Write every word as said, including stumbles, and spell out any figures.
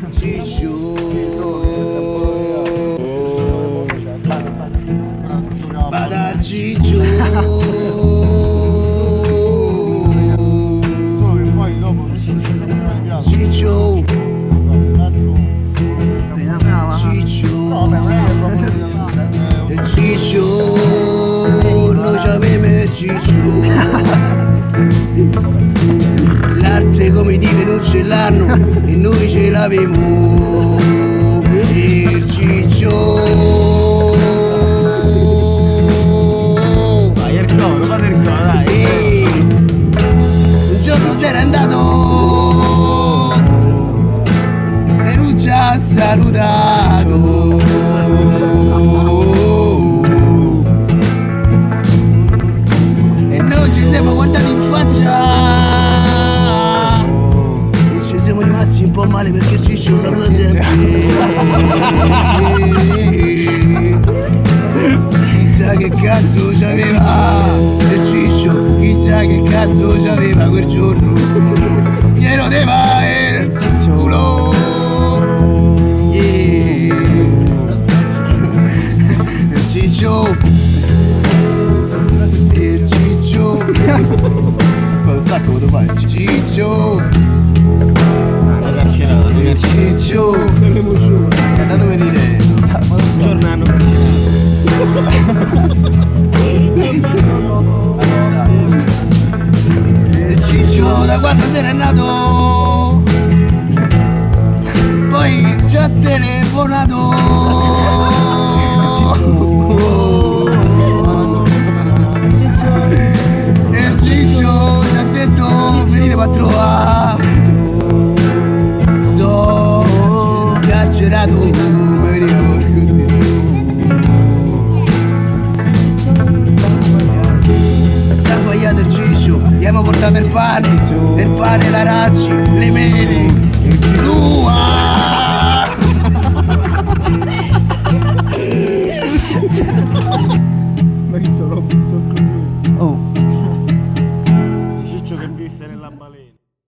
Ciccio. Badar Ciccio. Solo che poi dopo Ciccio. Ciccio. No, beh, non è proprio E Ciccio. Noi c'avevamo Ciccio. L'altre comitive non ce l'hanno e noi ce l'avemo. Il Ciccio. Vai, il coro, fate il coro, dai. E un giorno c'era andato e non ci ha salutato. E noi ci siamo guardati in faccia. Un po' male perché Ciccio saluta sempre. Chissà che cazzo c'aveva il Ciccio, chissà che cazzo c'aveva quel giorno. Pieno di mare il culo. Yeah. Il Ciccio. Il Ciccio. Poi un sacco lo fai. Ciccio. Ciccio, è da dove venire? Buongiorno, hanno Ciccio da quando se n'è nato, poi ci ha telefonato. E Ciccio ci ha detto venite a trovare. Carcerato, mi ricordo. Sta sbagliato il Ciccio, gli abbiamo portato il pane, il pane, la racci, le mele, l'ua. Ma che sono visto